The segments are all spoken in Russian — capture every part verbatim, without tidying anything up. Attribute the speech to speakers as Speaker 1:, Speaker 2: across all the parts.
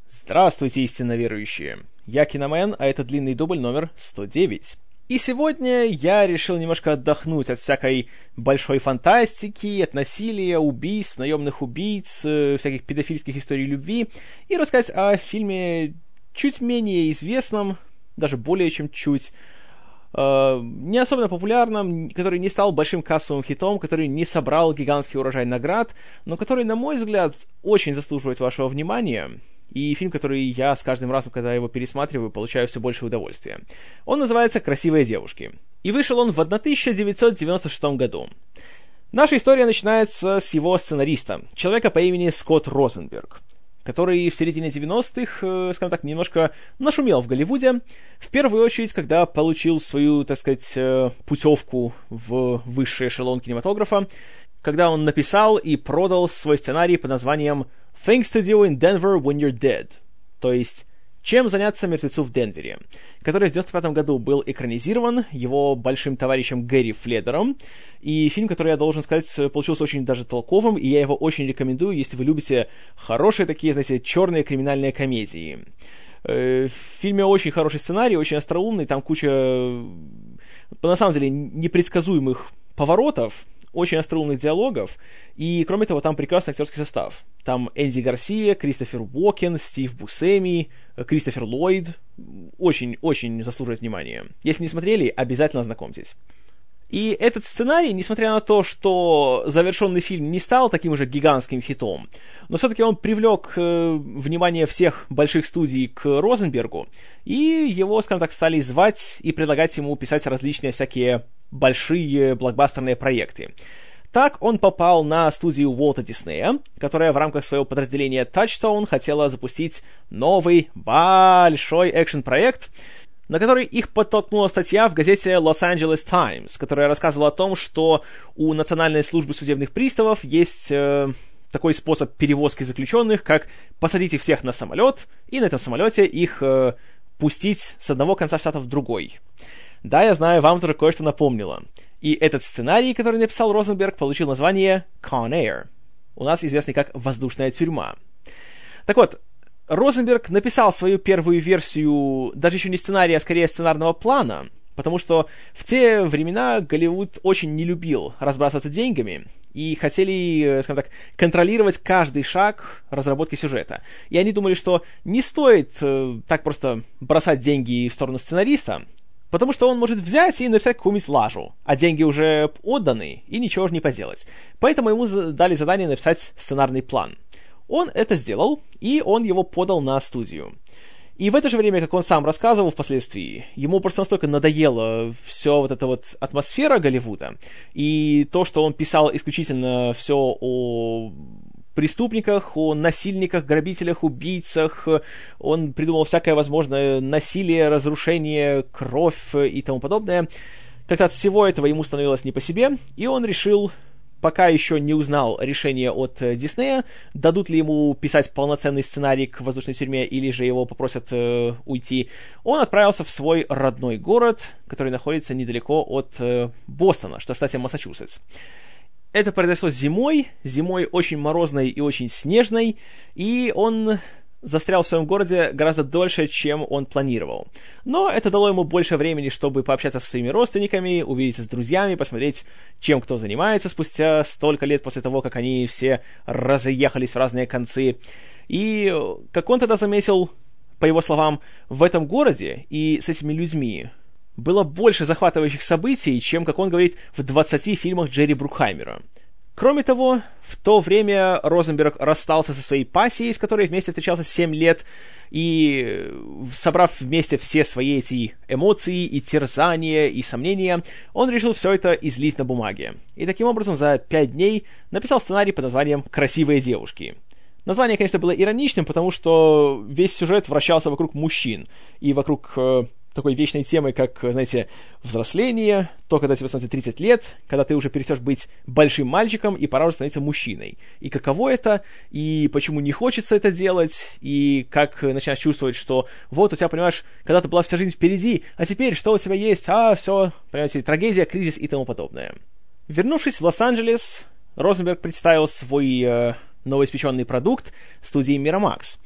Speaker 1: Здравствуйте, истинно верующие! Я Киномен, а это длинный дубль номер сто девять. И сегодня я решил немножко отдохнуть от всякой большой фантастики, от насилия, убийств, наемных убийц, всяких педофильских историй любви, и рассказать о фильме чуть менее известном, даже более чем чуть, э, не особенно популярном, который не стал большим кассовым хитом, который не собрал гигантский урожай наград, но который, на мой взгляд, очень заслуживает вашего внимания. И фильм, который я с каждым разом, когда его пересматриваю, получаю все больше удовольствия. Он называется «Красивые девушки». И вышел он в тысяча девятьсот девяносто шестом году. Наша история начинается с его сценариста, человека по имени Скотт Розенберг, который в середине девяностых, скажем так, немножко нашумел в Голливуде, в первую очередь, когда получил свою, так сказать, путевку в высший эшелон кинематографа, когда он написал и продал свой сценарий под названием «Things to do in Denver when you're dead», то есть «Чем заняться мертвецу в Денвере», который в девяносто пятом году был экранизирован его большим товарищем Гэри Фледером, и фильм, который, я должен сказать, получился очень даже толковым, и я его очень рекомендую, если вы любите хорошие такие, знаете, черные криминальные комедии. В фильме очень хороший сценарий, очень остроумный, там куча, на самом деле, непредсказуемых поворотов, очень остроумных диалогов, и, кроме того, там прекрасный актерский состав. Там Энди Гарсия, Кристофер Уокен, Стив Бусцеми, Кристофер Ллойд. Очень-очень заслуживает внимания. Если не смотрели, обязательно ознакомьтесь. И этот сценарий, несмотря на то, что завершенный фильм не стал таким уже гигантским хитом, но все-таки он привлек э, внимание всех больших студий к Розенбергу, и его, скажем так, стали звать и предлагать ему писать различные всякие большие блокбастерные проекты. Так он попал на студию Уолта Диснея, которая в рамках своего подразделения Touchstone хотела запустить новый большой экшн-проект, на который их подтолкнула статья в газете Los Angeles Times, которая рассказывала о том, что у Национальной службы судебных приставов есть э, такой способ перевозки заключенных, как посадить их всех на самолет, и на этом самолете их э, пустить с одного конца штата в другой. Да, я знаю, вам тоже кое-что напомнило. И этот сценарий, который написал Розенберг, получил название Con Air, у нас известный как «Воздушная тюрьма». Так вот, Розенберг написал свою первую версию даже еще не сценария, а скорее сценарного плана, потому что в те времена Голливуд очень не любил разбрасываться деньгами и хотели, скажем так, контролировать каждый шаг разработки сюжета. И они думали, что не стоит э, так просто бросать деньги в сторону сценариста, потому что он может взять и написать какую-нибудь лажу, а деньги уже отданы, и ничего же не поделать. Поэтому ему дали задание написать сценарный план. Он это сделал, и он его подал на студию. И в это же время, как он сам рассказывал впоследствии, ему просто настолько надоела все вот эта вот атмосфера Голливуда, и то, что он писал исключительно все о преступниках, о насильниках, грабителях, убийцах, он придумал всякое возможное насилие, разрушение, кровь и тому подобное. Как-то от всего этого ему становилось не по себе, и он решил, пока еще не узнал решение от Диснея, дадут ли ему писать полноценный сценарий к «Воздушной тюрьме» или же его попросят э, уйти, он отправился в свой родной город, который находится недалеко от э, Бостона, что в штате Массачусетс. Это произошло зимой, зимой очень морозной и очень снежной, и он застрял в своем городе гораздо дольше, чем он планировал. Но это дало ему больше времени, чтобы пообщаться со своими родственниками, увидеться с друзьями, посмотреть, чем кто занимается спустя столько лет после того, как они все разъехались в разные концы. И, как он тогда заметил, по его словам, в этом городе и с этими людьми было больше захватывающих событий, чем, как он говорит, в двадцати фильмах Джерри Брукхаймера. Кроме того, в то время Розенберг расстался со своей пассией, с которой вместе встречался семь лет, и, собрав вместе все свои эти эмоции и терзания и сомнения, он решил все это излить на бумаге. И таким образом за пять дней написал сценарий под названием «Красивые девушки». Название, конечно, было ироничным, потому что весь сюжет вращался вокруг мужчин и вокруг э, такой вечной темы, как, знаете, взросление, то, когда тебе становится тридцать лет, когда ты уже перестаешь быть большим мальчиком, и пора уже становиться мужчиной. И каково это, и почему не хочется это делать, и как начинаешь чувствовать, что вот у тебя, понимаешь, когда-то была вся жизнь впереди, а теперь что у тебя есть? А, все, понимаете, трагедия, кризис и тому подобное. Вернувшись в Лос-Анджелес, Розенберг представил свой э, новоиспеченный продукт студии Miramax.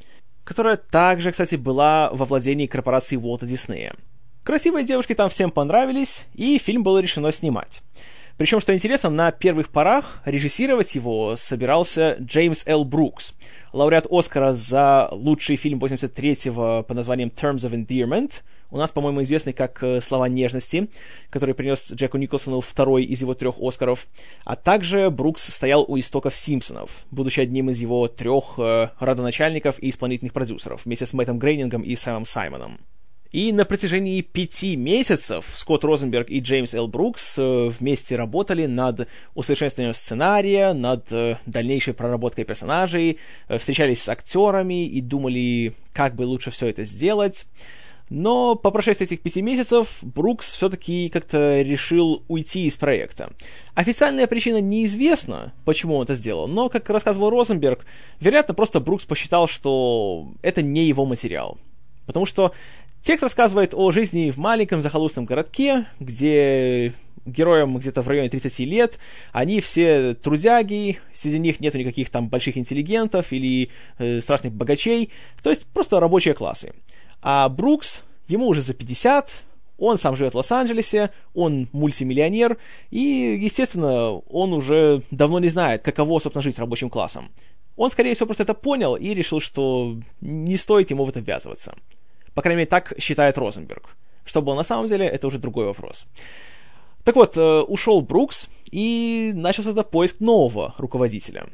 Speaker 1: которая также, кстати, была во владении корпорации Уолта Диснея. Красивые девушки там всем понравились, и фильм было решено снимать. Причем, что интересно, на первых порах режиссировать его собирался Джеймс Л. Брукс, лауреат Оскара за лучший фильм восемьдесят третьего под названием Terms of Endearment, у нас, по-моему, известный как «Слова нежности», который принес Джеку Николсону второй из его трех Оскаров. А также Брукс стоял у истоков «Симпсонов», будучи одним из его трех э, родоначальников и исполнительных продюсеров, вместе с Мэттом Грейнингом и Сэмом Саймоном. И на протяжении пяти месяцев Скотт Розенберг и Джеймс Л. Брукс вместе работали над усовершенствованием сценария, над дальнейшей проработкой персонажей, встречались с актерами и думали, как бы лучше все это сделать. Но по прошествии этих пяти месяцев Брукс все-таки как-то решил уйти из проекта. Официальная причина неизвестна, почему он это сделал, но, как рассказывал Розенберг, вероятно, просто Брукс посчитал, что это не его материал. Потому что текст рассказывает о жизни в маленьком захолустном городке, где героям где-то в районе тридцати лет, они все трудяги, среди них нету никаких там больших интеллигентов или э, страшных богачей, то есть просто рабочие классы. А Брукс, ему уже за пятьдесят, он сам живет в Лос-Анджелесе, он мультимиллионер, и, естественно, он уже давно не знает, каково, собственно, жить рабочим классом. Он, скорее всего, просто это понял и решил, что не стоит ему в это ввязываться. По крайней мере, так считает Розенберг. Что было на самом деле, это уже другой вопрос. Так вот, ушел Брукс, и начался тогда поиск нового руководителя.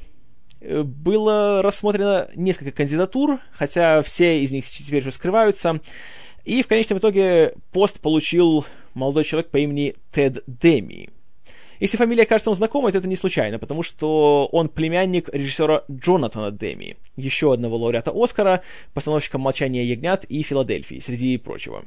Speaker 1: Было рассмотрено несколько кандидатур, хотя все из них теперь уже скрываются, и в конечном итоге пост получил молодой человек по имени Тед Деми. Если фамилия кажется вам знакомой, то это не случайно, потому что он племянник режиссера Джонатана Деми, еще одного лауреата Оскара, постановщика «Молчания ягнят» и «Филадельфии», среди прочего.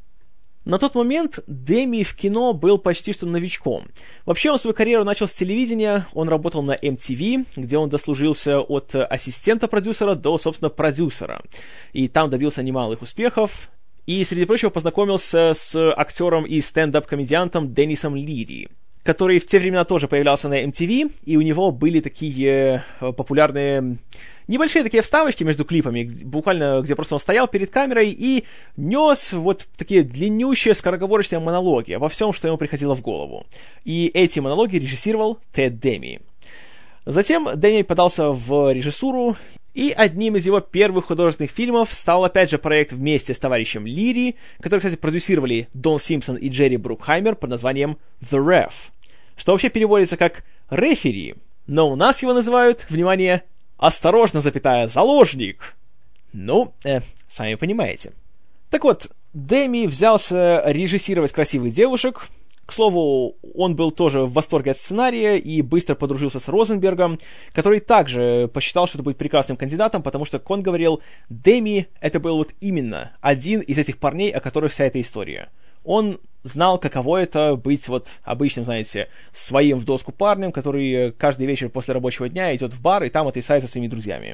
Speaker 1: На тот момент Деми в кино был почти что новичком. Вообще он свою карьеру начал с телевидения, он работал на эм ти ви, где он дослужился от ассистента продюсера до, собственно, продюсера. И там добился немалых успехов. И, среди прочего, познакомился с актером и стендап-комедиантом Деннисом Лири, который в те времена тоже появлялся на эм ти ви, и у него были такие популярные небольшие такие вставочки между клипами, буквально где просто он стоял перед камерой и нес вот такие длиннющие скороговорочные монологи обо всем, что ему приходило в голову. И эти монологи режиссировал Тед Деми. Затем Деми подался в режиссуру, и одним из его первых художественных фильмов стал опять же проект вместе с товарищем Лири, который, кстати, продюсировали Дон Симпсон и Джерри Брукхаймер под названием «The Ref», что вообще переводится как «рефери», но у нас его называют, внимание, «осторожно, запятая, заложник». Ну, э, сами понимаете. Так вот, Деми взялся режиссировать красивых девушек. К слову, он был тоже в восторге от сценария и быстро подружился с Розенбергом, который также посчитал, что это будет прекрасным кандидатом, потому что, как он говорил, Деми это был вот именно один из этих парней, о которых вся эта история. Он знал, каково это быть вот обычным, знаете, своим в доску парнем, который каждый вечер после рабочего дня идет в бар и там отрисается со своими друзьями.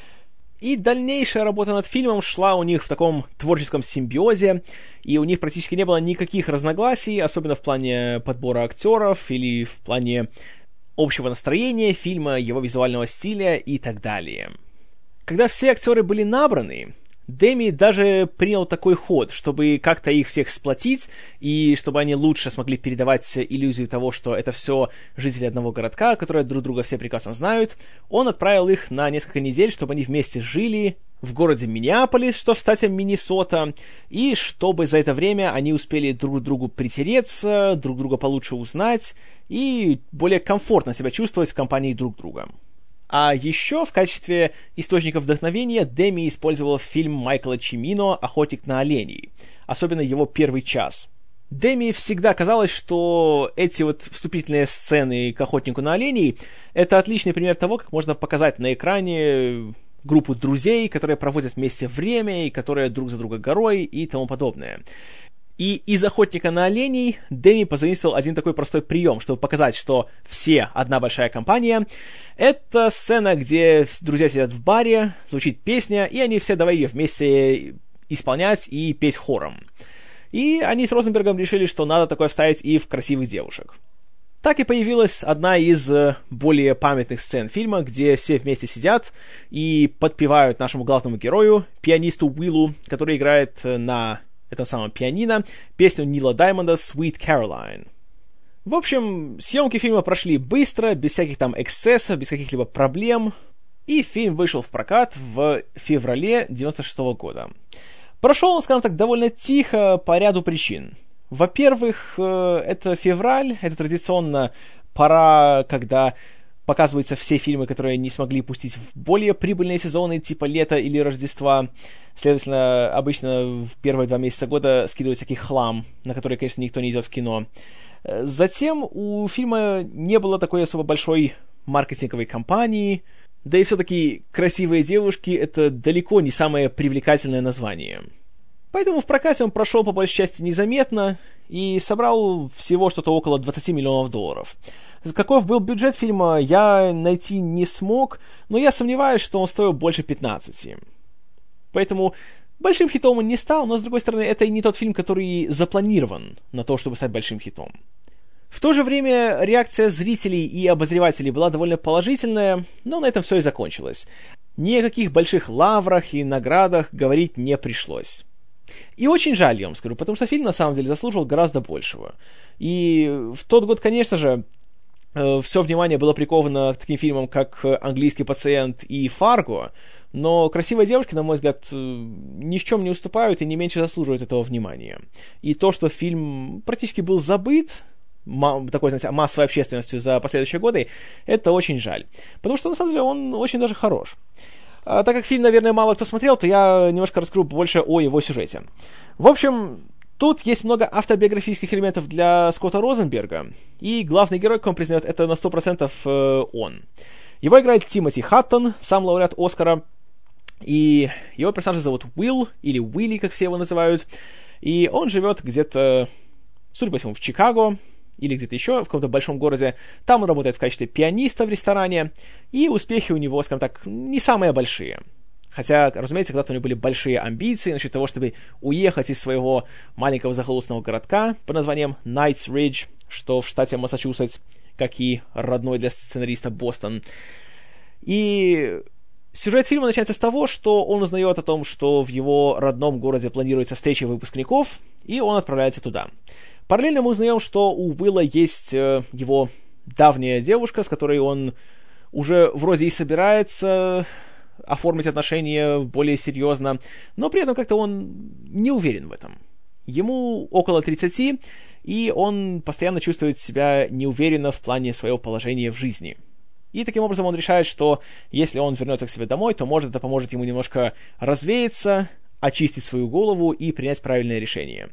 Speaker 1: И дальнейшая работа над фильмом шла у них в таком творческом симбиозе, и у них практически не было никаких разногласий, особенно в плане подбора актеров или в плане общего настроения фильма, его визуального стиля и так далее. Когда все актеры были набраны, Деми даже принял такой ход, чтобы как-то их всех сплотить, и чтобы они лучше смогли передавать иллюзию того, что это все жители одного городка, которые друг друга все прекрасно знают. Он отправил их на несколько недель, чтобы они вместе жили в городе Миннеаполис, что, кстати, Миннесота, и чтобы за это время они успели друг к другу притереться, друг друга получше узнать и более комфортно себя чувствовать в компании друг друга. А еще в качестве источника вдохновения Деми использовал фильм Майкла Чимино «Охотник на оленей», особенно его первый час. Деми всегда казалось, что эти вот вступительные сцены к «Охотнику на оленей» — это отличный пример того, как можно показать на экране группу друзей, которые проводят вместе время, и которые друг за друга горой и тому подобное. И из «Охотника на оленей» Деми позаимствовал один такой простой прием, чтобы показать, что все одна большая компания. Это сцена, где друзья сидят в баре, звучит песня, и они все давай ее вместе исполнять и петь хором. И они с Розенбергом решили, что надо такое вставить и в красивых девушек. Так и появилась одна из более памятных сцен фильма, где все вместе сидят и подпевают нашему главному герою, пианисту Уиллу, который играет на этом самом пианино песню Нила Даймонда «Sweet Caroline». В общем, съемки фильма прошли быстро, без всяких там эксцессов, без каких-либо проблем, и фильм вышел в прокат в феврале девяносто шестого года. Прошел он, скажем так, довольно тихо по ряду причин. Во-первых, это февраль, это традиционно пора, когда показываются все фильмы, которые не смогли пустить в более прибыльные сезоны, типа лета или Рождества. Следовательно, обычно в первые два месяца года скидывают всякий хлам, на который, конечно, никто не идет в кино. Затем у фильма не было такой особо большой маркетинговой кампании, да и все-таки «Красивые девушки» — это далеко не самое привлекательное название. Поэтому в прокате он прошел по большей части незаметно и собрал всего что-то около двадцать миллионов долларов. Каков был бюджет фильма, я найти не смог, но я сомневаюсь, что он стоил больше пятнадцати. Поэтому большим хитом он не стал, но, с другой стороны, это и не тот фильм, который запланирован на то, чтобы стать большим хитом. В то же время реакция зрителей и обозревателей была довольно положительная, но на этом все и закончилось. Ни о каких больших лаврах и наградах говорить не пришлось. И очень жаль, я вам скажу, потому что фильм на самом деле заслуживал гораздо большего. И в тот год, конечно же, э, все внимание было приковано к таким фильмам, как «Английский пациент» и «Фарго», но «Красивые девушки», на мой взгляд, ни в чем не уступают и не меньше заслуживают этого внимания. И то, что фильм практически был забыт такой, знаете, массовой общественностью за последующие годы, это очень жаль. Потому что, на самом деле, он очень даже хорош. А так как фильм, наверное, мало кто смотрел, то я немножко расскажу больше о его сюжете. В общем, тут есть много автобиографических элементов для Скотта Розенберга, и главный герой, как он признает, это на сто процентов он. Его играет Тимоти Хаттон, сам лауреат Оскара, и его персонажа зовут Уилл, или Уилли, как все его называют, и он живет где-то, судя по всему, в Чикаго, или где-то еще, в каком-то большом городе. Там он работает в качестве пианиста в ресторане, и успехи у него, скажем так, не самые большие. Хотя, разумеется, когда-то у него были большие амбиции насчет того, чтобы уехать из своего маленького захолустного городка под названием Найтс-Ридж, что в штате Массачусетс, как и родной для сценариста Бостон. И сюжет фильма начинается с того, что он узнает о том, что в его родном городе планируется встреча выпускников, и он отправляется туда. Параллельно мы узнаем, что у Уилла есть э, его давняя девушка, с которой он уже вроде и собирается оформить отношения более серьезно, но при этом как-то он не уверен в этом. Ему около тридцати, и он постоянно чувствует себя неуверенно в плане своего положения в жизни. И таким образом он решает, что если он вернется к себе домой, то, может, это поможет ему немножко развеяться, очистить свою голову и принять правильное решение.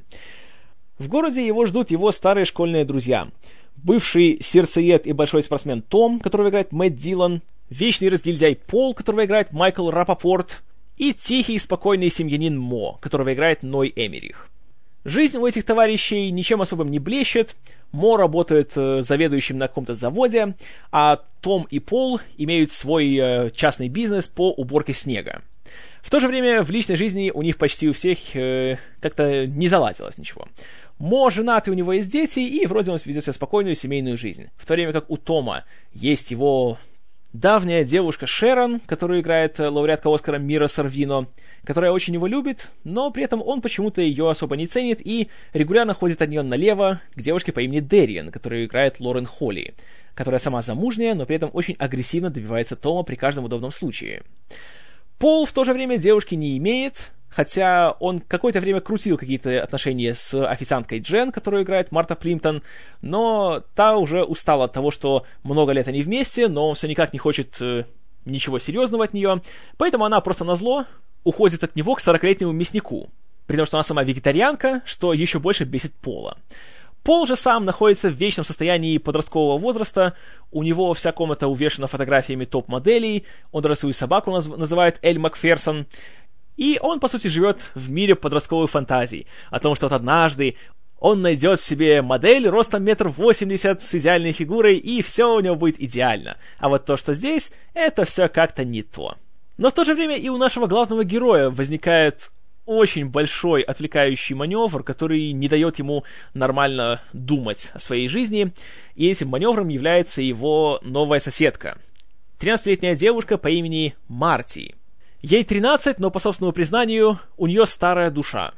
Speaker 1: В городе его ждут его старые школьные друзья. Бывший сердцеед и большой спортсмен Том, которого играет Мэтт Дилан, вечный разгильдяй Пол, которого играет Майкл Рапопорт, и тихий и спокойный семьянин Мо, которого играет Ной Эмерих. Жизнь у этих товарищей ничем особым не блещет. Мо работает э, заведующим на каком-то заводе, а Том и Пол имеют свой э, частный бизнес по уборке снега. В то же время в личной жизни у них почти у всех э, как-то не заладилось ничего. Мо женат, и у него есть дети, и вроде он ведет себе спокойную семейную жизнь. В то время как у Тома есть его давняя девушка Шерон, которую играет лауреатка Оскара Мира Сорвино, которая очень его любит, но при этом он почему-то ее особо не ценит и регулярно ходит от нее налево к девушке по имени Дэриан, которую играет Лорен Холли, которая сама замужняя, но при этом очень агрессивно добивается Тома при каждом удобном случае. Пол в то же время девушки не имеет, хотя он какое-то время крутил какие-то отношения с официанткой Джен, которую играет Марта Плимптон, но та уже устала от того, что много лет они вместе, но он все никак не хочет э, ничего серьезного от нее, поэтому она просто назло уходит от него к сорокалетнему мяснику, при том, что она сама вегетарианка, что еще больше бесит Пола. Пол же сам находится в вечном состоянии подросткового возраста, у него вся комната увешана фотографиями топ-моделей, он даже свою собаку наз- называет Эль Макферсон, и он, по сути, живет в мире подростковой фантазий, о том, что вот однажды он найдет себе модель ростом метр восемьдесят с идеальной фигурой, и все у него будет идеально. А вот то, что здесь, это все как-то не то. Но в то же время и у нашего главного героя возникает очень большой отвлекающий маневр, который не дает ему нормально думать о своей жизни, и этим маневром является его новая соседка. тринадцатилетняя девушка по имени Марти. Ей тринадцать, но, по собственному признанию, у нее старая душа.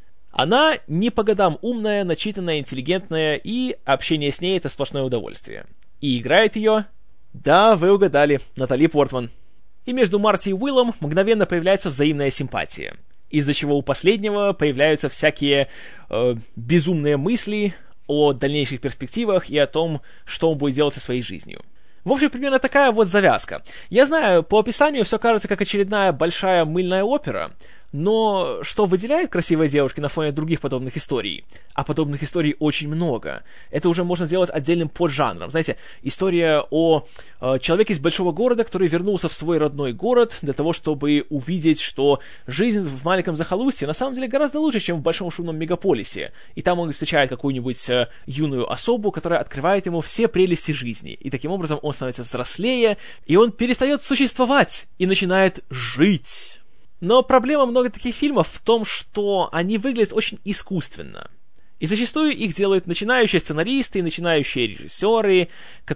Speaker 1: Она не по годам умная, начитанная, интеллигентная, и общение с ней — это сплошное удовольствие. И играет ее... Да, вы угадали, Натали Портман. И между Марти и Уиллом мгновенно появляется взаимная симпатия, из-за чего у последнего появляются всякие э, безумные мысли о дальнейших перспективах и о том, что он будет делать со своей жизнью. В общем, примерно такая вот завязка. Я знаю, по описанию все кажется как очередная большая мыльная опера, но что выделяет красивые девушки на фоне других подобных историй? А подобных историй очень много. Это уже можно сделать отдельным поджанром. Знаете, история о э, человеке из большого города, который вернулся в свой родной город для того, чтобы увидеть, что жизнь в маленьком захолустье на самом деле гораздо лучше, чем в большом шумном мегаполисе. И там он встречает какую-нибудь э, юную особу, которая открывает ему все прелести жизни. И таким образом он становится взрослее, и он перестает существовать и начинает жить. Но проблема многих таких фильмов в том, что они выглядят очень искусственно. И зачастую их делают начинающие сценаристы и начинающие режиссеры,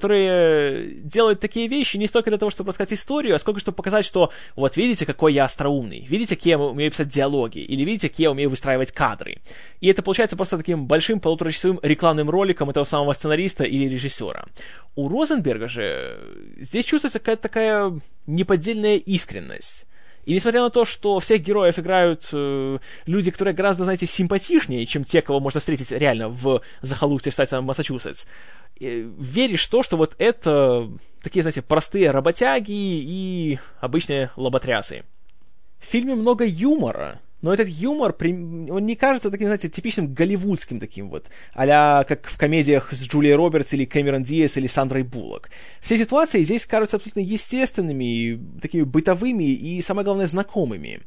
Speaker 1: которые делают такие вещи не столько для того, чтобы рассказать историю, а сколько чтобы показать, что вот видите, какой я остроумный, видите, какие я умею писать диалоги, или видите, какие я умею выстраивать кадры. И это получается просто таким большим полуторачасовым рекламным роликом этого самого сценариста или режиссера. У Розенберга же здесь чувствуется какая-то такая неподдельная искренность. И несмотря на то, что всех героев играют э, люди, которые гораздо, знаете, симпатичнее, чем те, кого можно встретить реально в захолустье штата Массачусетс, э, веришь в то, что вот это такие, знаете, простые работяги и обычные лоботрясы. В фильме много юмора, но этот юмор, он не кажется таким, знаете, типичным голливудским таким вот, а-ля как в комедиях с Джулией Робертс или Кэмерон Диас или Сандрой Буллок. Все ситуации здесь кажутся абсолютно естественными, такими бытовыми и, самое главное, знакомыми.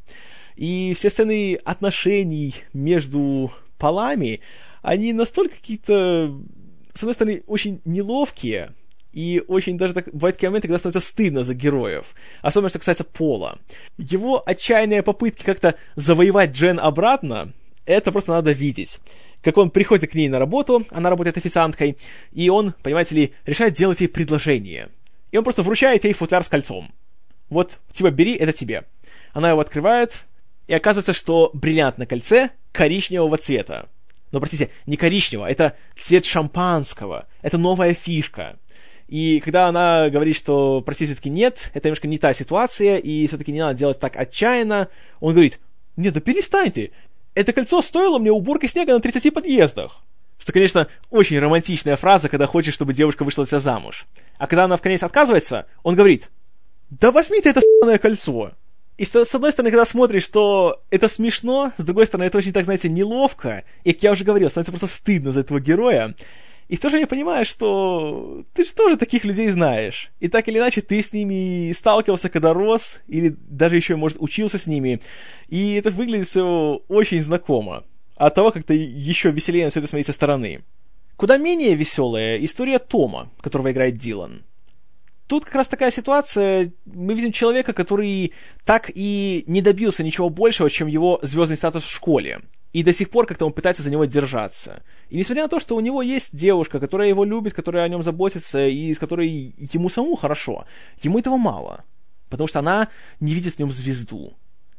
Speaker 1: И все сцены отношений между полами, они настолько какие-то, с одной стороны, очень неловкие, и очень даже так, бывают такие моменты, когда становится стыдно за героев. Особенно, что касается Пола. Его отчаянные попытки как-то завоевать Джен обратно, это просто надо видеть. Как он приходит к ней на работу, она работает официанткой, и он, понимаете ли, решает делать ей предложение. И он просто вручает ей футляр с кольцом. Вот, типа, бери, это тебе. Она его открывает, и оказывается, что бриллиант на кольце коричневого цвета. Но, простите, не коричневого, это цвет шампанского. Это новая фишка. И когда она говорит, что, простите, все-таки нет, это немножко не та ситуация, и все-таки не надо делать так отчаянно, он говорит: нет, да перестань ты, это кольцо стоило мне уборки снега на тридцати подъездах. Что, конечно, очень романтичная фраза, когда хочешь, чтобы девушка вышла за тебя замуж. А когда она вконец отказывается, он говорит: да возьми ты это с***ное кольцо. И с одной стороны, когда смотришь, что это смешно, с другой стороны, это очень, так знаете, неловко, и, как я уже говорил, становится просто стыдно за этого героя. И в то же время понимаешь, что ты же тоже таких людей знаешь. И так или иначе ты с ними сталкивался, когда рос, или даже еще, может, учился с ними. И это выглядит все очень знакомо. А от того, как-то еще веселее на все это смотреть со стороны. Куда менее веселая история Тома, которого играет Дилан. Тут как раз такая ситуация, мы видим человека, который так и не добился ничего большего, чем его звездный статус в школе. И до сих пор как-то он пытается за него держаться. И несмотря на то, что у него есть девушка, которая его любит, которая о нем заботится, и с которой ему самому хорошо, ему этого мало. Потому что она не видит в нем звезду.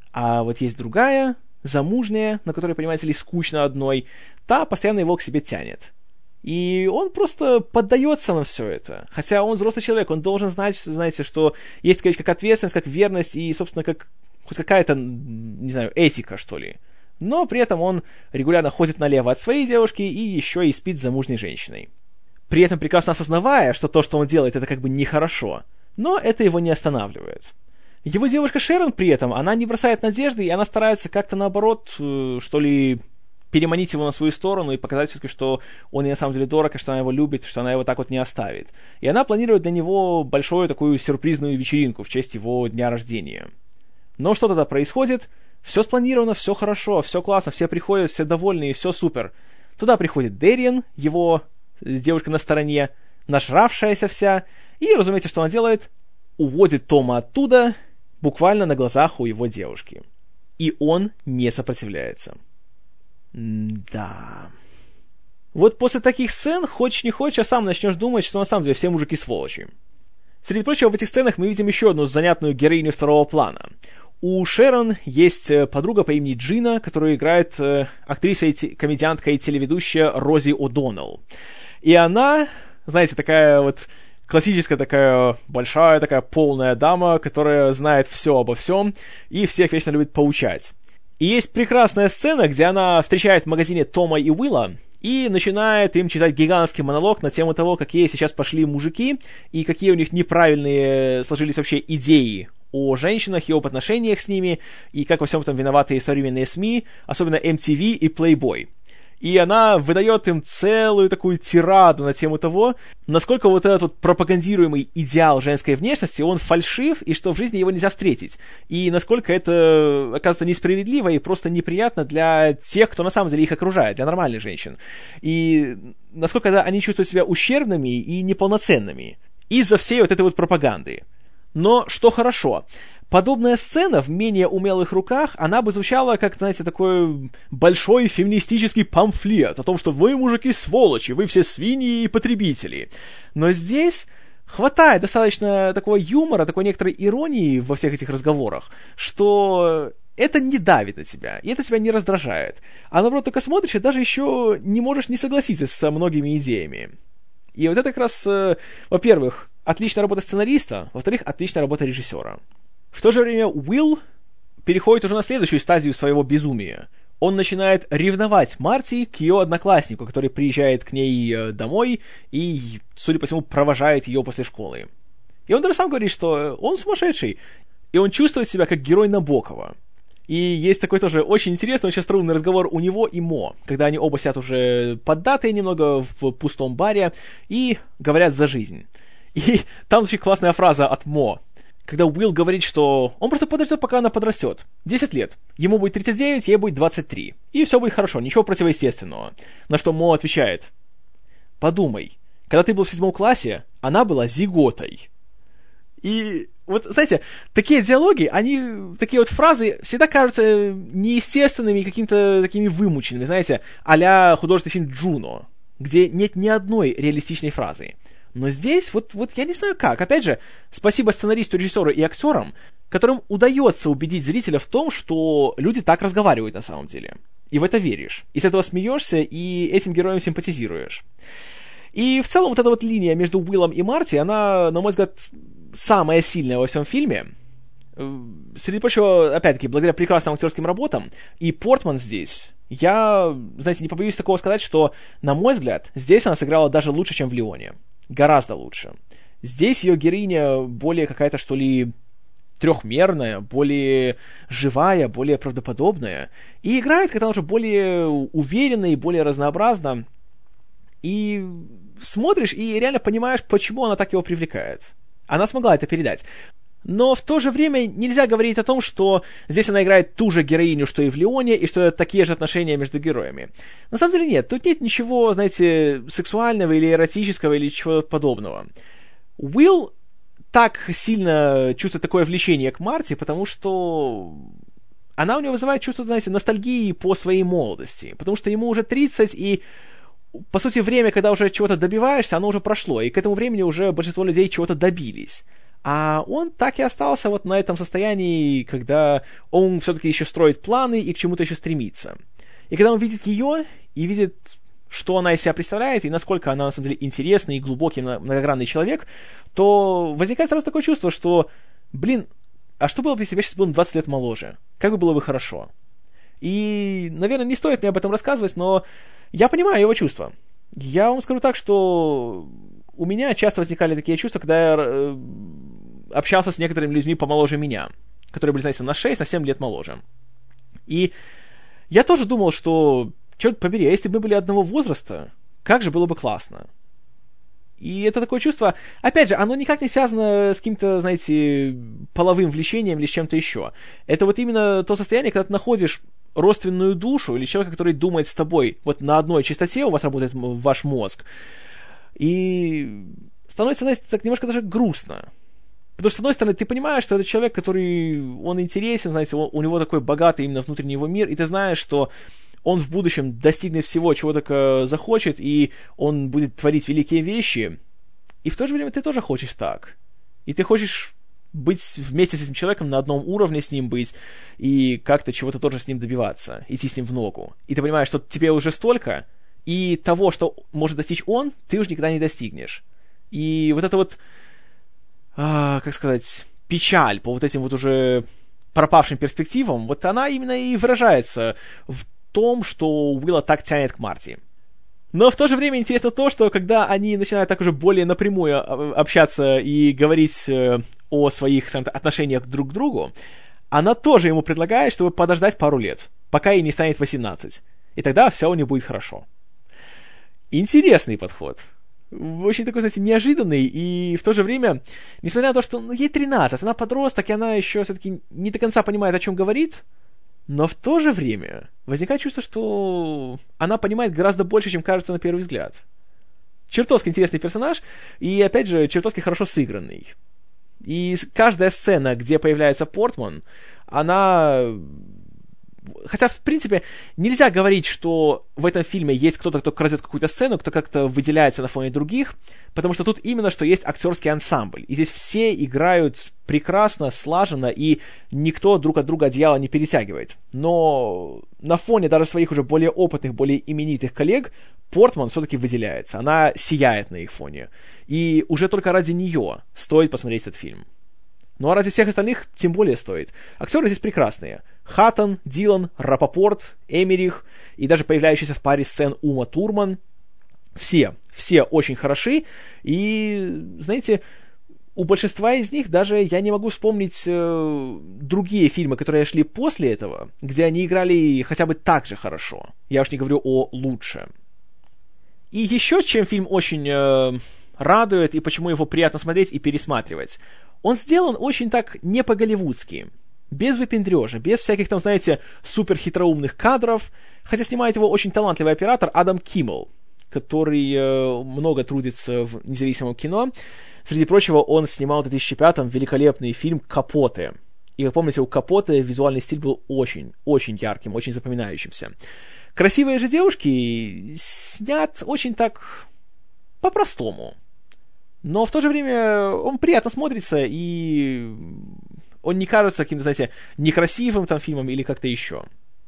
Speaker 1: А вот есть другая, замужняя, на которой, понимаете ли, скучно одной, та постоянно его к себе тянет. И он просто поддается на все это. Хотя он взрослый человек, он должен знать, знаете, что есть такая вещь, как ответственность, как верность и, собственно, как хоть какая-то, не знаю, этика, что ли. Но при этом он регулярно ходит налево от своей девушки и еще и спит с замужней женщиной. При этом прекрасно осознавая, что то, что он делает, это как бы нехорошо. Но это его не останавливает. Его девушка Шерон при этом, она не бросает надежды, и она старается как-то наоборот, что ли, переманить его на свою сторону и показать все-таки, что он ей на самом деле дорог, и что она его любит, что она его так вот не оставит. И она планирует для него большую такую сюрпризную вечеринку в честь его дня рождения. Но что тогда происходит? Все спланировано, все хорошо, все классно, все приходят, все довольны, все супер. Туда приходит Дэриан, его девушка на стороне, нажравшаяся вся, и, разумеется, что она делает? Уводит Тома оттуда, буквально на глазах у его девушки. И он не сопротивляется. М-да. Вот после таких сцен, хочешь не хочешь, а сам начнешь думать, что на самом деле все мужики сволочи. Среди прочего, в этих сценах мы видим еще одну занятную героиню второго плана. У Шерон есть подруга по имени Джина, которую играет э, актриса и те- комедиантка и телеведущая Рози О'Доннелл. И она, знаете, такая вот классическая такая большая, такая полная дама, которая знает все обо всем и всех вечно любит поучать. И есть прекрасная сцена, где она встречает в магазине Тома и Уилла и начинает им читать гигантский монолог на тему того, какие сейчас пошли мужики и какие у них неправильные сложились вообще идеи о женщинах и об отношениях с ними, и как во всем этом виноваты современные СМИ, особенно эм ти ви и Playboy. И она выдает им целую такую тираду на тему того, насколько вот этот вот пропагандируемый идеал женской внешности, он фальшив, и что в жизни его нельзя встретить. И насколько это, оказывается, несправедливо и просто неприятно для тех, кто на самом деле их окружает, для нормальных женщин. И насколько да, они чувствуют себя ущербными и неполноценными из-за всей вот этой вот пропаганды. Но что хорошо, подобная сцена в менее умелых руках, она бы звучала как, знаете, такой большой феминистический памфлет о том, что вы, мужики, сволочи, вы все свиньи и потребители. Но здесь хватает достаточно такого юмора, такой некоторой иронии во всех этих разговорах, что это не давит на тебя, и это тебя не раздражает. А наоборот, только смотришь и даже еще не можешь не согласиться со многими идеями. И вот это как раз, э, во-первых, отличная работа сценариста, во-вторых, отличная работа режиссера. В то же время Уилл переходит уже на следующую стадию своего безумия. Он начинает ревновать Марти к ее однокласснику, который приезжает к ней домой и, судя по всему, провожает ее после школы. И он даже сам говорит, что он сумасшедший, и он чувствует себя как герой Набокова. И есть такой тоже очень интересный, очень остроумный разговор у него и Мо, когда они оба сидят уже поддатые немного в пустом баре и говорят за жизнь. И там очень классная фраза от Мо, когда Уилл говорит, что он просто подождет, пока она подрастет. десять лет. Ему будет тридцать девять, ей будет двадцать три. И все будет хорошо, ничего противоестественного. На что Мо отвечает: подумай, когда ты был в седьмом классе, она была зиготой. И вот, знаете, такие диалоги, они, такие вот фразы всегда кажутся неестественными и какими-то такими вымученными, знаете, а-ля художественный фильм «Джуно», где нет ни одной реалистичной фразы. Но здесь, вот, вот я не знаю как. Опять же, спасибо сценаристу, режиссеру и актерам, которым удается убедить зрителя в том, что люди так разговаривают на самом деле. И в это веришь. И с этого смеешься, и этим героям симпатизируешь. И в целом вот эта вот линия между Уиллом и Марти, она, на мой взгляд, самая сильная во всем фильме. Среди прочего, опять-таки, благодаря прекрасным актерским работам, и Портман здесь, я, знаете, не побоюсь такого сказать, что, на мой взгляд, здесь она сыграла даже лучше, чем в «Леоне». Гораздо лучше. Здесь ее героиня более какая-то, что ли, трехмерная, более живая, более правдоподобная. И играет как-то уже более уверенно и более разнообразно. И смотришь и реально понимаешь, почему она так его привлекает. Она смогла это передать. Но в то же время нельзя говорить о том, что здесь она играет ту же героиню, что и в «Леоне», и что это такие же отношения между героями. На самом деле нет, тут нет ничего, знаете, сексуального или эротического или чего-то подобного. Уилл так сильно чувствует такое влечение к Марти, потому что она у него вызывает чувство, знаете, ностальгии по своей молодости, потому что ему уже тридцать, и, по сути, время, когда уже чего-то добиваешься, оно уже прошло, и к этому времени уже большинство людей чего-то добились. А он так и остался вот на этом состоянии, когда он все-таки еще строит планы и к чему-то еще стремится. И когда он видит ее, и видит, что она из себя представляет, и насколько она, на самом деле, интересный и глубокий, многогранный человек, то возникает сразу такое чувство, что, блин, а что было бы, если бы я сейчас был на двадцать лет моложе? Как бы было бы хорошо? И, наверное, не стоит мне об этом рассказывать, но я понимаю его чувства. Я вам скажу так, что у меня часто возникали такие чувства, когда я э, общался с некоторыми людьми помоложе меня, которые были, знаете, на шесть-семь лет моложе. И я тоже думал, что, черт побери, а если бы мы были одного возраста, как же было бы классно. И это такое чувство, опять же, оно никак не связано с каким-то, знаете, половым влечением или с чем-то еще. Это вот именно то состояние, когда ты находишь родственную душу или человека, который думает с тобой вот на одной частоте, у вас работает ваш мозг, и становится, знаете, так немножко даже грустно. Потому что, с одной стороны, ты понимаешь, что это человек, который, он интересен, знаете, он, у него такой богатый именно внутренний его мир, и ты знаешь, что он в будущем достигнет всего, чего только захочет, и он будет творить великие вещи, и в то же время ты тоже хочешь так. И ты хочешь быть вместе с этим человеком, на одном уровне с ним быть, и как-то чего-то тоже с ним добиваться, идти с ним в ногу. И ты понимаешь, что тебе уже столько, и того, что может достичь он, ты уже никогда не достигнешь. И вот это вот, а, как сказать, печаль по вот этим вот уже пропавшим перспективам, вот она именно и выражается в том, что Уилла так тянет к Марти. Но в то же время интересно то, что когда они начинают так уже более напрямую общаться и говорить о своих, скажем так, отношениях друг к другу, она тоже ему предлагает, чтобы подождать пару лет, пока ей не станет восемнадцать. И тогда все у нее будет хорошо. Интересный подход. Очень такой, знаете, неожиданный, и в то же время, несмотря на то, что ну, ей тринадцать, она подросток, и она еще все-таки не до конца понимает, о чем говорит, но в то же время возникает чувство, что она понимает гораздо больше, чем кажется на первый взгляд. Чертовски интересный персонаж, и, опять же, чертовски хорошо сыгранный. И каждая сцена, где появляется Портман, она... Хотя, в принципе, нельзя говорить, что в этом фильме есть кто-то, кто крадет какую-то сцену, кто как-то выделяется на фоне других, потому что тут именно что есть актерский ансамбль. И здесь все играют прекрасно, слаженно, и никто друг от друга одеяло не перетягивает. Но на фоне даже своих уже более опытных, более именитых коллег Портман все-таки выделяется. Она сияет на их фоне. И уже только ради нее стоит посмотреть этот фильм. Ну а ради всех остальных тем более стоит. Актеры здесь прекрасные. Хаттон, Дилан, Рапопорт, Эмерих и даже появляющийся в паре сцен Ума Турман. Все, все очень хороши. И, знаете, у большинства из них даже я не могу вспомнить э, другие фильмы, которые шли после этого, где они играли хотя бы так же хорошо. Я уж не говорю о лучше. И еще чем фильм очень э, радует, и почему его приятно смотреть и пересматривать. Он сделан очень так не по-голливудски, без выпендрежа, без всяких там, знаете, супер хитроумных кадров, хотя снимает его очень талантливый оператор Адам Киммел, который э, много трудится в независимом кино. Среди прочего, он снимал в две тысячи пятом великолепный фильм «Капоте». И, вы помните, у Капоте визуальный стиль был очень, очень ярким, очень запоминающимся. «Красивые же девушки» снят очень так по-простому. Но в то же время он приятно смотрится, и он не кажется каким-то, знаете, некрасивым там фильмом или как-то еще.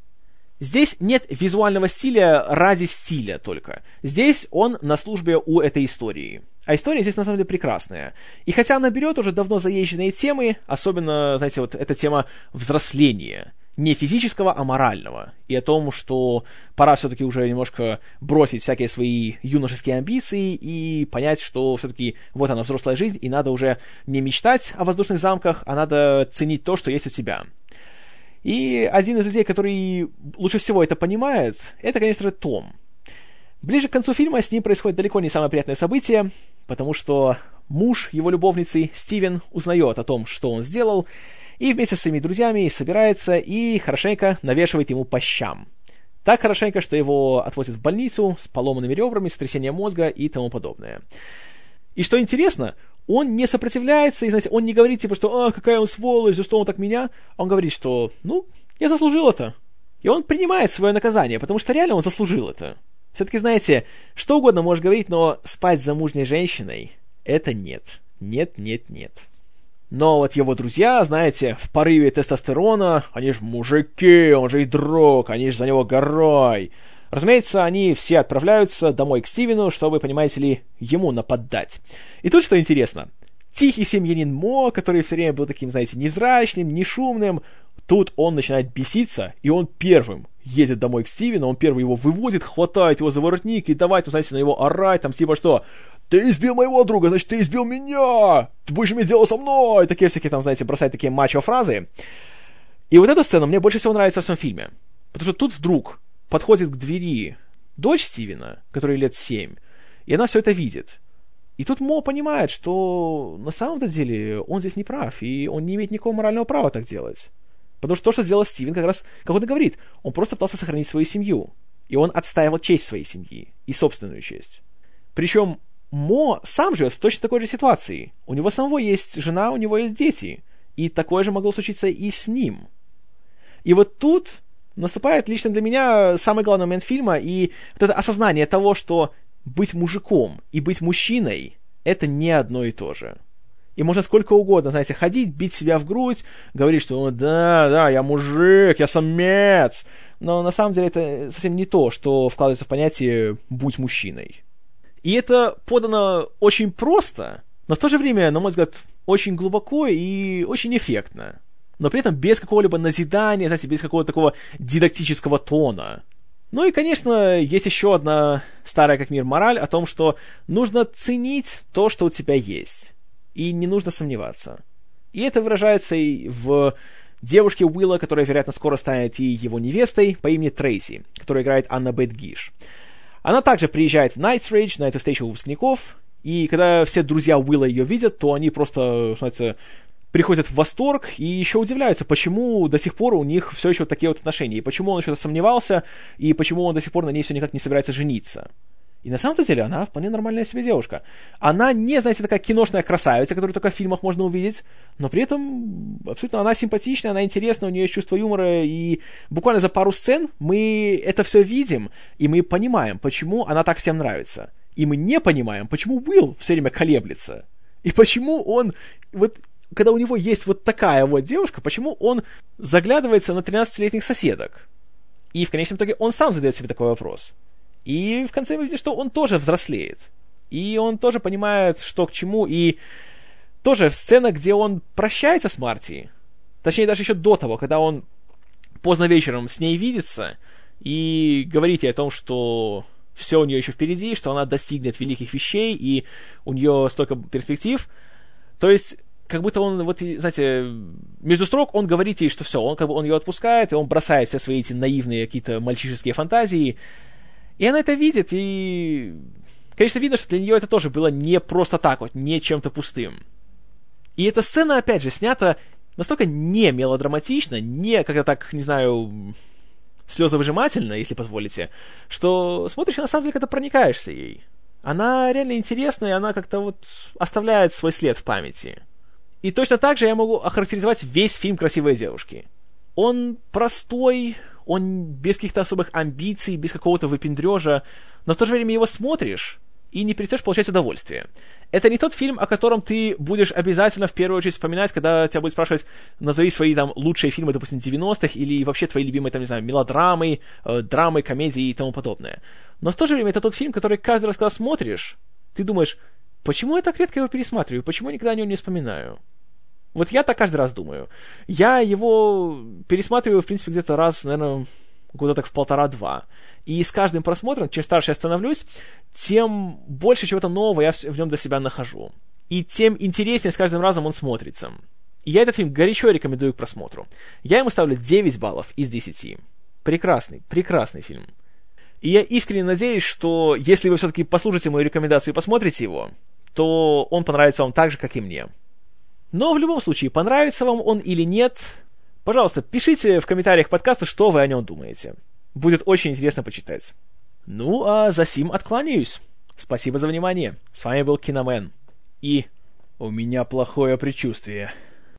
Speaker 1: Здесь нет визуального стиля ради стиля только. Здесь он на службе у этой истории. А история здесь на самом деле прекрасная. И хотя она берет уже давно заезженные темы, особенно, знаете, вот эта тема взросления, не физического, а морального. И о том, что пора все-таки уже немножко бросить всякие свои юношеские амбиции и понять, что все-таки вот она, взрослая жизнь, и надо уже не мечтать о воздушных замках, а надо ценить то, что есть у тебя. И один из людей, который лучше всего это понимает, это, конечно же, Том. Ближе к концу фильма с ним происходит далеко не самое приятное событие, потому что муж его любовницы, Стивен, узнает о том, что он сделал, и вместе со своими друзьями собирается и хорошенько навешивает ему по щам. Так хорошенько, что его отвозят в больницу с поломанными ребрами, сотрясением мозга и тому подобное. И что интересно, он не сопротивляется, и, знаете, он не говорит, типа, что «А, какая он сволочь, за что он так меня?» Он говорит, что «Ну, я заслужил это». И он принимает свое наказание, потому что реально он заслужил это. Все-таки, знаете, что угодно можешь говорить, но спать с замужней женщиной — это нет. Нет, нет, нет. Но вот его друзья, знаете, в порыве тестостерона, они же мужики, он же и друг, они же за него горой. Разумеется, они все отправляются домой к Стивену, чтобы, понимаете ли, ему нападать. И тут что интересно. Тихий семьянин Мо, который все время был таким, знаете, невзрачным, не шумным, тут он начинает беситься, и он первым едет домой к Стивену, он первый его выводит, хватает его за воротник и давай, знаете, на него орать, там типа что... «Ты избил моего друга, значит, ты избил меня! Ты будешь иметь дело со мной!» Такие всякие там, знаете, бросать такие мачо-фразы. И вот эта сцена мне больше всего нравится во всем фильме. Потому что тут вдруг подходит к двери дочь Стивена, которой лет семь, и она все это видит. И тут Мо понимает, что на самом-то деле он здесь не прав, и он не имеет никакого морального права так делать. Потому что то, что сделал Стивен, как раз, как он и говорит, он просто пытался сохранить свою семью. И он отстаивал честь своей семьи и собственную честь. Причем Мо сам живет в точно такой же ситуации. У него самого есть жена, у него есть дети. И такое же могло случиться и с ним. И вот тут наступает лично для меня самый главный момент фильма, и вот это осознание того, что быть мужиком и быть мужчиной — это не одно и то же. И можно сколько угодно, знаете, ходить, бить себя в грудь, говорить, что да, да, я мужик, я самец. Но на самом деле это совсем не то, что вкладывается в понятие «будь мужчиной». И это подано очень просто, но в то же время, на мой взгляд, очень глубоко и очень эффектно. Но при этом без какого-либо назидания, знаете, без какого-то такого дидактического тона. Ну и, конечно, есть еще одна старая как мир мораль о том, что нужно ценить то, что у тебя есть. И не нужно сомневаться. И это выражается и в девушке Уилла, которая, вероятно, скоро станет и его невестой, по имени Трейси, которая играет Анна Бет Гиш. Она также приезжает в Найтсридж на эту встречу выпускников, и когда все друзья Уилла ее видят, то они просто, знаете, приходят в восторг и еще удивляются, почему до сих пор у них все еще такие вот отношения, и почему он еще сомневался, и почему он до сих пор на ней все никак не собирается жениться. И на самом-то деле она вполне нормальная себе девушка. Она не, знаете, такая киношная красавица, которую только в фильмах можно увидеть, но при этом абсолютно она симпатичная, она интересная, у нее есть чувство юмора, и буквально за пару сцен мы это все видим, и мы понимаем, почему она так всем нравится. И мы не понимаем, почему Уилл все время колеблется. И почему он, вот, когда у него есть вот такая вот девушка, почему он заглядывается на тринадцатилетних соседок. И в конечном итоге он сам задает себе такой вопрос. И в конце мы видим, что он тоже взрослеет. И он тоже понимает, что к чему. И тоже в сцена, где он прощается с Марти, точнее, даже еще до того, когда он поздно вечером с ней видится и говорит ей о том, что все у нее еще впереди, что она достигнет великих вещей, и у нее столько перспектив. То есть, как будто он, вот, знаете, между строк он говорит ей, что все, он как бы он ее отпускает, и он бросает все свои эти наивные какие-то мальчишеские фантазии. И она это видит, и, конечно, видно, что для нее это тоже было не просто так вот, не чем-то пустым. И эта сцена, опять же, снята настолько не мелодраматично, не как-то так, не знаю, слезовыжимательно, если позволите, что смотришь и на самом деле как-то проникаешься ей. Она реально интересная, и она как-то вот оставляет свой след в памяти. И точно так же я могу охарактеризовать весь фильм «Красивые девушки». Он простой, он без каких-то особых амбиций, без какого-то выпендрежа, но в то же время его смотришь и не перестаешь получать удовольствие. Это не тот фильм, о котором ты будешь обязательно в первую очередь вспоминать, когда тебя будет спрашивать, назови свои там лучшие фильмы, допустим, девяностых, или вообще твои любимые, там, не знаю, мелодрамы, э, драмы, комедии и тому подобное. Но в то же время это тот фильм, который каждый раз, когда смотришь, ты думаешь, почему я так редко его пересматриваю, почему я никогда о нем не вспоминаю? Вот я так каждый раз думаю. Я его пересматриваю, в принципе, где-то раз, наверное, года так в полтора-два. И с каждым просмотром, чем старше я становлюсь, тем больше чего-то нового я в нем для себя нахожу. И тем интереснее с каждым разом он смотрится. И я этот фильм горячо рекомендую к просмотру. Я ему ставлю девять баллов из десяти. Прекрасный, прекрасный фильм. И я искренне надеюсь, что если вы все-таки послушаете мою рекомендацию и посмотрите его, то он понравится вам так же, как и мне. Но в любом случае, понравится вам он или нет, пожалуйста, пишите в комментариях подкаста, что вы о нем думаете. Будет очень интересно почитать. Ну, а за сим откланяюсь. Спасибо за внимание. С вами был Киномен. И у меня плохое предчувствие.